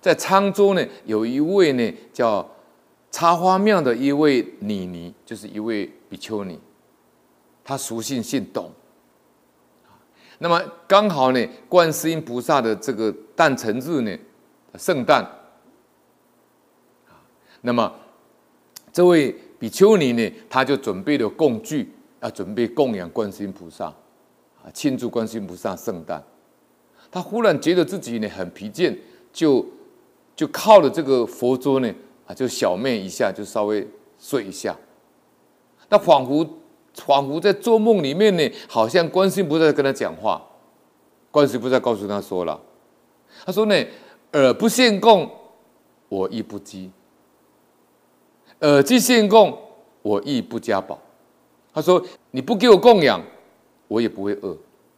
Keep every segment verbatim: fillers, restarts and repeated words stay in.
在沧州呢，有一位呢叫插花庙的一位尼尼，就是一位比丘尼，她俗姓姓董。那么刚好呢，观世音菩萨的这个诞辰日呢，圣诞。那么这位比丘尼呢，他就准备了供具，要准备供养观世音菩萨，啊，庆祝观世音菩萨圣诞。他忽然觉得自己呢很疲倦，就就靠了这个佛桌呢，啊，就小寐一下，就稍微睡一下。那恍惚恍惚在做梦里面呢，好像观世音菩萨在跟他讲话。观世音菩萨告诉他说了，他说呢，尔不献供，我亦不饥。尔既献供，我亦不加饱。他说：“你不给我供养，我也不会饿；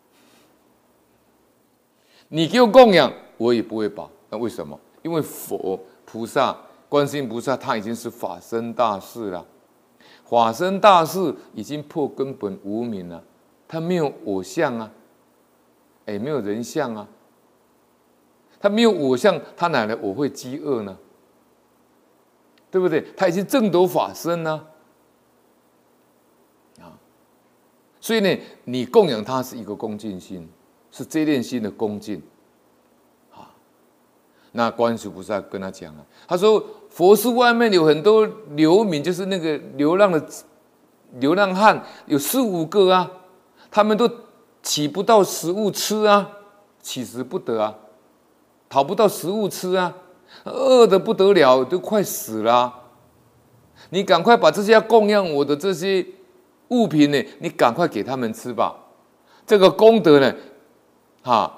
你给我供养，我也不会饱。那为什么？因为佛菩萨、观世音菩萨他已经是法身大士了，法身大士已经破根本无明了，他没有我相啊，也没有人相啊，他没有我相，他哪来我会饥饿呢？”对不对？他已经证得法身呢，啊，所以呢，你供养他是一个恭敬心，是这念心的恭敬，啊，那观世菩萨跟他讲了，他说佛寺外面有很多流民，就是那个流浪的流浪汉，有四五个啊，他们都乞不到食物吃啊，乞食不得啊，讨不到食物吃啊。饿得不得了，都快死了啊。你赶快把这些要供养我的这些物品呢，你赶快给他们吃吧。这个功德呢，哈，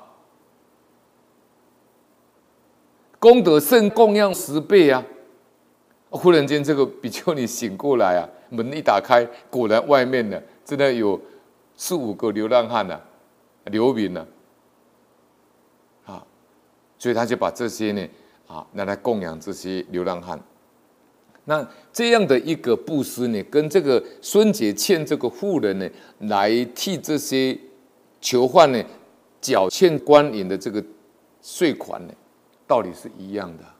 功德胜供养十倍啊！忽然间，这个比丘尼醒过来啊，门一打开，果然外面呢，真的有四五个流浪汉啊，流民啊，啊，所以他就把这些呢。啊，拿来供养这些流浪汉。那这样的一个布施呢，跟这个孙姐欠这个妇人呢，来替这些囚犯呢缴欠官银的这个税款呢，道理是一样的。